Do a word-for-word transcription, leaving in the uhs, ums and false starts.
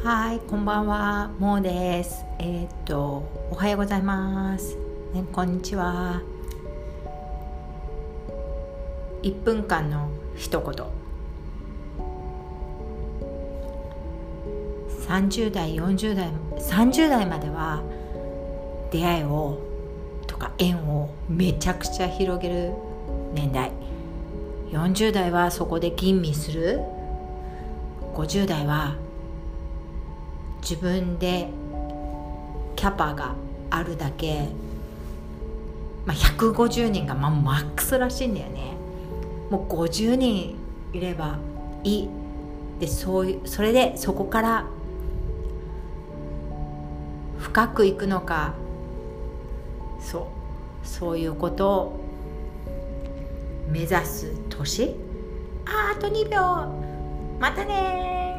はい、こんばんは、もーです。えー、っとおはようございます、ね、こんにちは。いっぷんかんの一言。さんじゅう代よんじゅう代さんじゅう代までは出会いをとか縁をめちゃくちゃ広げる年代。よんじゅう代はそこで吟味する。ごじゅう代は自分でキャパがあるだけ、まあ、ひゃくごじゅうにんがまあマックスらしいんだよね。もうごじゅうにんいればいいで、そういうそれでそこから深くいくのか、そうそういうことを目指す年。ああとにびょう、またね。